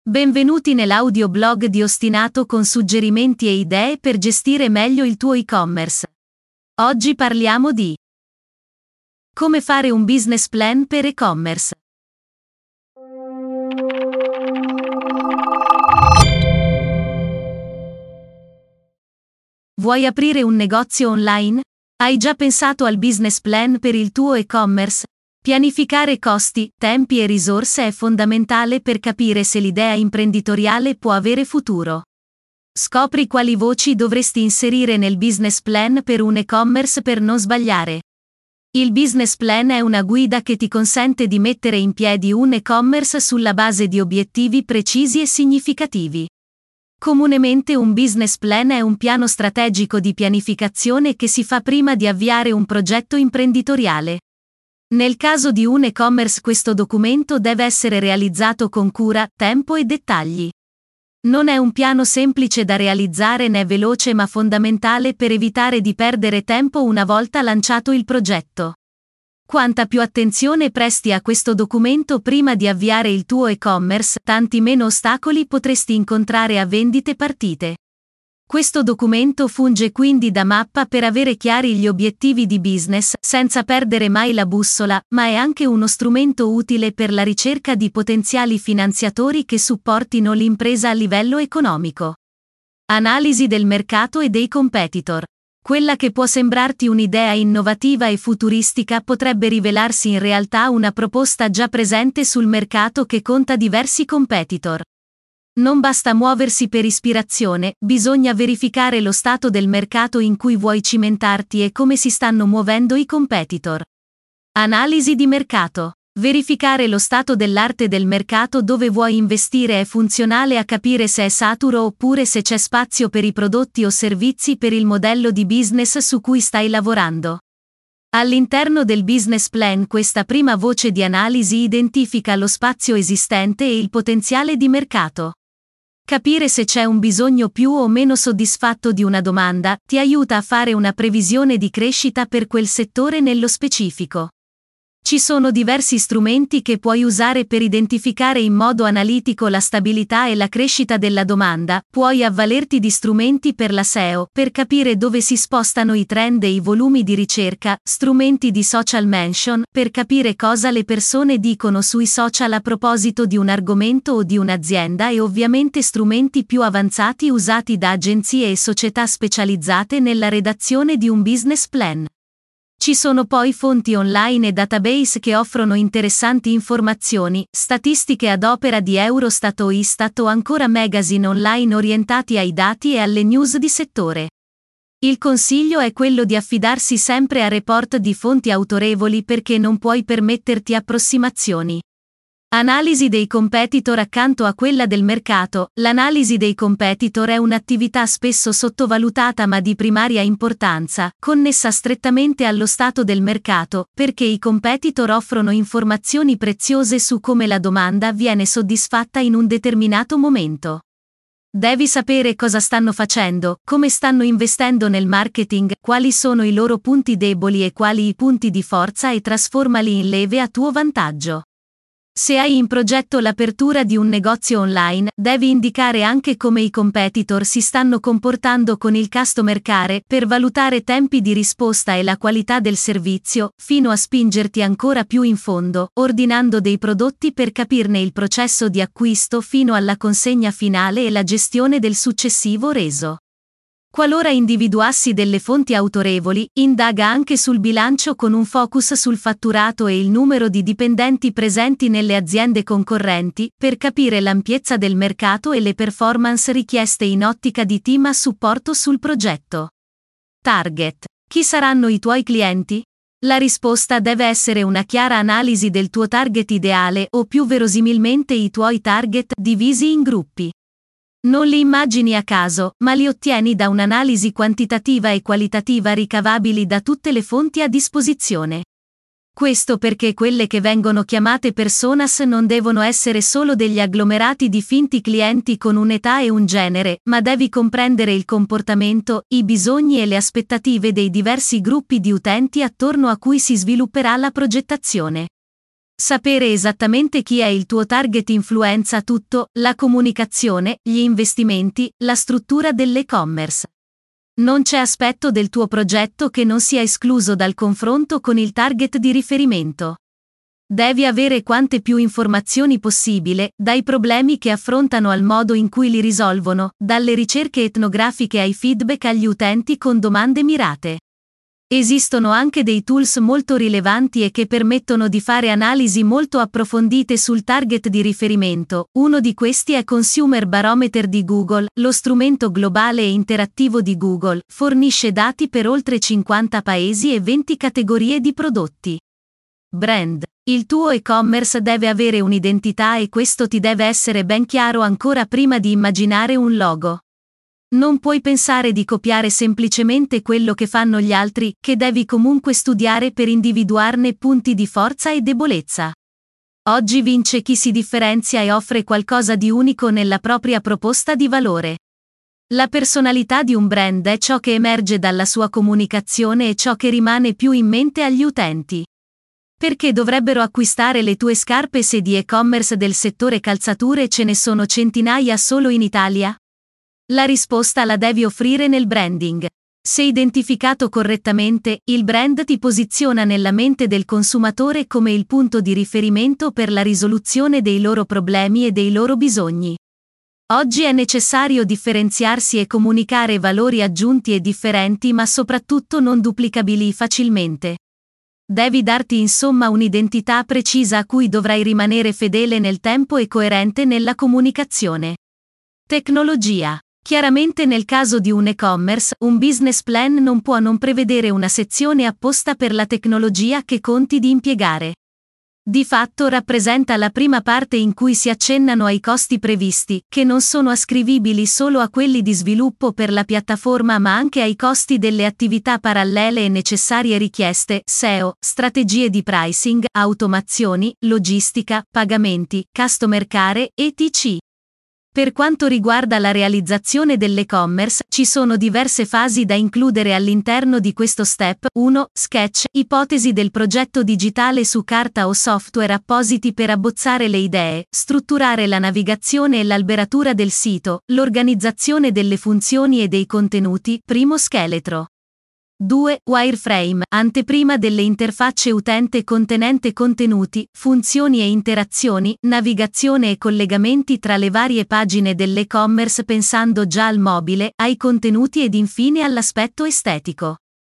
Benvenuti nell'audioblog di Ostinato con suggerimenti e idee per gestire meglio il tuo e-commerce. Oggi parliamo di come fare un business plan per e-commerce. Vuoi aprire un negozio online? Hai già pensato al business plan per il tuo e-commerce? Pianificare costi, tempi e risorse è fondamentale per capire se l'idea imprenditoriale può avere futuro. Scopri quali voci dovresti inserire nel business plan per un e-commerce per non sbagliare. Il business plan è una guida che ti consente di mettere in piedi un e-commerce sulla base di obiettivi precisi e significativi. Comunemente un business plan è un piano strategico di pianificazione che si fa prima di avviare un progetto imprenditoriale. Nel caso di un e-commerce questo documento deve essere realizzato con cura, tempo e dettagli. Non è un piano semplice da realizzare né veloce ma fondamentale per evitare di perdere tempo una volta lanciato il progetto. Quanta più attenzione presti a questo documento prima di avviare il tuo e-commerce, tanti meno ostacoli potresti incontrare a vendite partite. Questo documento funge quindi da mappa per avere chiari gli obiettivi di business, senza perdere mai la bussola, ma è anche uno strumento utile per la ricerca di potenziali finanziatori che supportino l'impresa a livello economico. Analisi del mercato e dei competitor. Quella che può sembrarti un'idea innovativa e futuristica potrebbe rivelarsi in realtà una proposta già presente sul mercato che conta diversi competitor. Non basta muoversi per ispirazione, bisogna verificare lo stato del mercato in cui vuoi cimentarti e come si stanno muovendo i competitor. Analisi di mercato. Verificare lo stato dell'arte del mercato dove vuoi investire è funzionale a capire se è saturo oppure se c'è spazio per i prodotti o servizi per il modello di business su cui stai lavorando. All'interno del business plan questa prima voce di analisi identifica lo spazio esistente e il potenziale di mercato. Capire se c'è un bisogno più o meno soddisfatto di una domanda ti aiuta a fare una previsione di crescita per quel settore nello specifico. Ci sono diversi strumenti che puoi usare per identificare in modo analitico la stabilità e la crescita della domanda, puoi avvalerti di strumenti per la SEO, per capire dove si spostano i trend e i volumi di ricerca, strumenti di social mention, per capire cosa le persone dicono sui social a proposito di un argomento o di un'azienda e ovviamente strumenti più avanzati usati da agenzie e società specializzate nella redazione di un business plan. Ci sono poi fonti online e database che offrono interessanti informazioni, statistiche ad opera di Eurostat o Istat o ancora magazine online orientati ai dati e alle news di settore. Il consiglio è quello di affidarsi sempre a report di fonti autorevoli perché non puoi permetterti approssimazioni. Analisi dei competitor accanto a quella del mercato. L'analisi dei competitor è un'attività spesso sottovalutata ma di primaria importanza, connessa strettamente allo stato del mercato, perché i competitor offrono informazioni preziose su come la domanda viene soddisfatta in un determinato momento. Devi sapere cosa stanno facendo, come stanno investendo nel marketing, quali sono i loro punti deboli e quali i punti di forza e trasformali in leve a tuo vantaggio. Se hai in progetto l'apertura di un negozio online, devi indicare anche come i competitor si stanno comportando con il customer care per valutare tempi di risposta e la qualità del servizio, fino a spingerti ancora più in fondo, ordinando dei prodotti per capirne il processo di acquisto fino alla consegna finale e la gestione del successivo reso. Qualora individuassi delle fonti autorevoli, indaga anche sul bilancio con un focus sul fatturato e il numero di dipendenti presenti nelle aziende concorrenti, per capire l'ampiezza del mercato e le performance richieste in ottica di team a supporto sul progetto. Target. Chi saranno i tuoi clienti? La risposta deve essere una chiara analisi del tuo target ideale o più verosimilmente i tuoi target divisi in gruppi. Non li immagini a caso, ma li ottieni da un'analisi quantitativa e qualitativa ricavabili da tutte le fonti a disposizione. Questo perché quelle che vengono chiamate personas non devono essere solo degli agglomerati di finti clienti con un'età e un genere, ma devi comprendere il comportamento, i bisogni e le aspettative dei diversi gruppi di utenti attorno a cui si svilupperà la progettazione. Sapere esattamente chi è il tuo target influenza tutto, la comunicazione, gli investimenti, la struttura dell'e-commerce. Non c'è aspetto del tuo progetto che non sia escluso dal confronto con il target di riferimento. Devi avere quante più informazioni possibile, dai problemi che affrontano al modo in cui li risolvono, dalle ricerche etnografiche ai feedback agli utenti con domande mirate. Esistono anche dei tools molto rilevanti e che permettono di fare analisi molto approfondite sul target di riferimento. Uno di questi è Consumer Barometer di Google, lo strumento globale e interattivo di Google, fornisce dati per oltre 50 paesi e 20 categorie di prodotti. Brand. Il tuo e-commerce deve avere un'identità e questo ti deve essere ben chiaro ancora prima di immaginare un logo. Non puoi pensare di copiare semplicemente quello che fanno gli altri, che devi comunque studiare per individuarne punti di forza e debolezza. Oggi vince chi si differenzia e offre qualcosa di unico nella propria proposta di valore. La personalità di un brand è ciò che emerge dalla sua comunicazione e ciò che rimane più in mente agli utenti. Perché dovrebbero acquistare le tue scarpe se di e-commerce del settore calzature ce ne sono centinaia solo in Italia? La risposta la devi offrire nel branding. Se identificato correttamente, il brand ti posiziona nella mente del consumatore come il punto di riferimento per la risoluzione dei loro problemi e dei loro bisogni. Oggi è necessario differenziarsi e comunicare valori aggiunti e differenti ma soprattutto non duplicabili facilmente. Devi darti insomma un'identità precisa a cui dovrai rimanere fedele nel tempo e coerente nella comunicazione. Tecnologia. Chiaramente nel caso di un e-commerce, un business plan non può non prevedere una sezione apposta per la tecnologia che conti di impiegare. Di fatto rappresenta la prima parte in cui si accennano ai costi previsti, che non sono ascrivibili solo a quelli di sviluppo per la piattaforma ma anche ai costi delle attività parallele e necessarie richieste, SEO, strategie di pricing, automazioni, logistica, pagamenti, customer care, etc. Per quanto riguarda la realizzazione dell'e-commerce, ci sono diverse fasi da includere all'interno di questo step. 1. Sketch, ipotesi del progetto digitale su carta o software appositi per abbozzare le idee, strutturare la navigazione e l'alberatura del sito, l'organizzazione delle funzioni e dei contenuti, primo scheletro. 2. Wireframe, anteprima delle interfacce utente contenente contenuti, funzioni e interazioni, navigazione e collegamenti tra le varie pagine dell'e-commerce pensando già al mobile, ai contenuti ed infine all'aspetto estetico.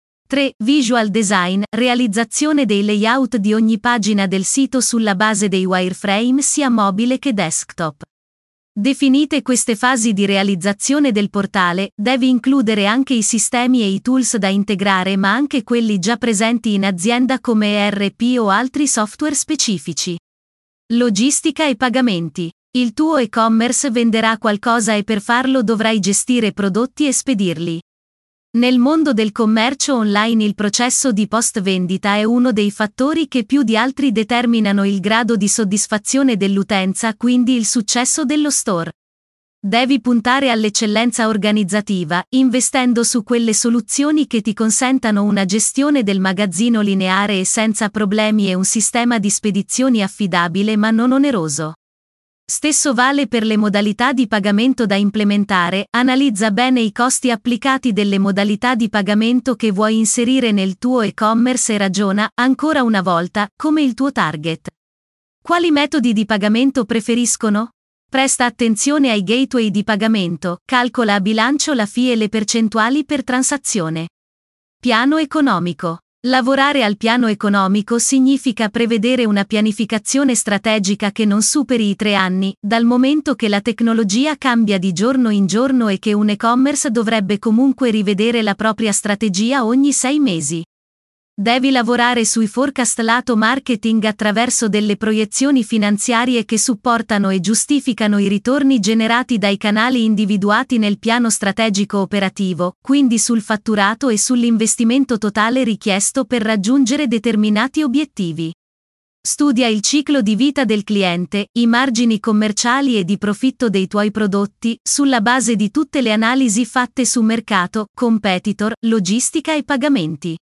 3. Visual design, realizzazione dei layout di ogni pagina del sito sulla base dei wireframe sia mobile che desktop. Definite queste fasi di realizzazione del portale, devi includere anche i sistemi e i tools da integrare ma anche quelli già presenti in azienda come ERP o altri software specifici. Logistica e pagamenti. Il tuo e-commerce venderà qualcosa e per farlo dovrai gestire prodotti e spedirli. Nel mondo del commercio online il processo di post-vendita è uno dei fattori che più di altri determinano il grado di soddisfazione dell'utenza, quindi il successo dello store. Devi puntare all'eccellenza organizzativa, investendo su quelle soluzioni che ti consentano una gestione del magazzino lineare e senza problemi e un sistema di spedizioni affidabile ma non oneroso. Stesso vale per le modalità di pagamento da implementare, analizza bene i costi applicati delle modalità di pagamento che vuoi inserire nel tuo e-commerce e ragiona, ancora una volta, come il tuo target. Quali metodi di pagamento preferiscono? Presta attenzione ai gateway di pagamento, calcola a bilancio la fee e le percentuali per transazione. Piano economico. Lavorare al piano economico significa prevedere una pianificazione strategica che non superi i 3 anni, dal momento che la tecnologia cambia di giorno in giorno e che un e-commerce dovrebbe comunque rivedere la propria strategia ogni 6 mesi. Devi lavorare sui forecast lato marketing attraverso delle proiezioni finanziarie che supportano e giustificano i ritorni generati dai canali individuati nel piano strategico operativo, quindi sul fatturato e sull'investimento totale richiesto per raggiungere determinati obiettivi. Studia il ciclo di vita del cliente, i margini commerciali e di profitto dei tuoi prodotti, sulla base di tutte le analisi fatte su mercato, competitor, logistica e pagamenti.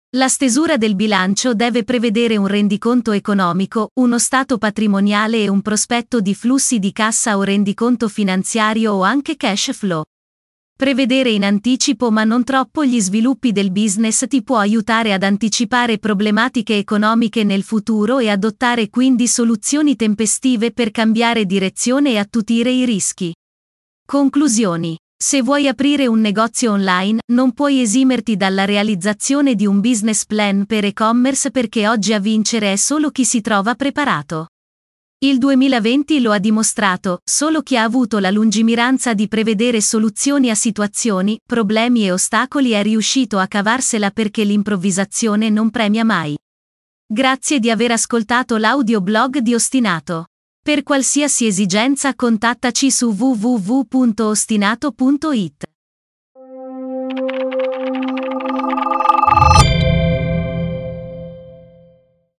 La stesura del bilancio deve prevedere un rendiconto economico, uno stato patrimoniale e un prospetto di flussi di cassa o rendiconto finanziario o anche cash flow. Prevedere in anticipo ma non troppo gli sviluppi del business ti può aiutare ad anticipare problematiche economiche nel futuro e adottare quindi soluzioni tempestive per cambiare direzione e attutire i rischi. Conclusioni. Se vuoi aprire un negozio online, non puoi esimerti dalla realizzazione di un business plan per e-commerce perché oggi a vincere è solo chi si trova preparato. Il 2020 lo ha dimostrato, solo chi ha avuto la lungimiranza di prevedere soluzioni a situazioni, problemi e ostacoli è riuscito a cavarsela perché l'improvvisazione non premia mai. Grazie di aver ascoltato l'audioblog di Ostinato. Per qualsiasi esigenza contattaci su www.ostinato.it.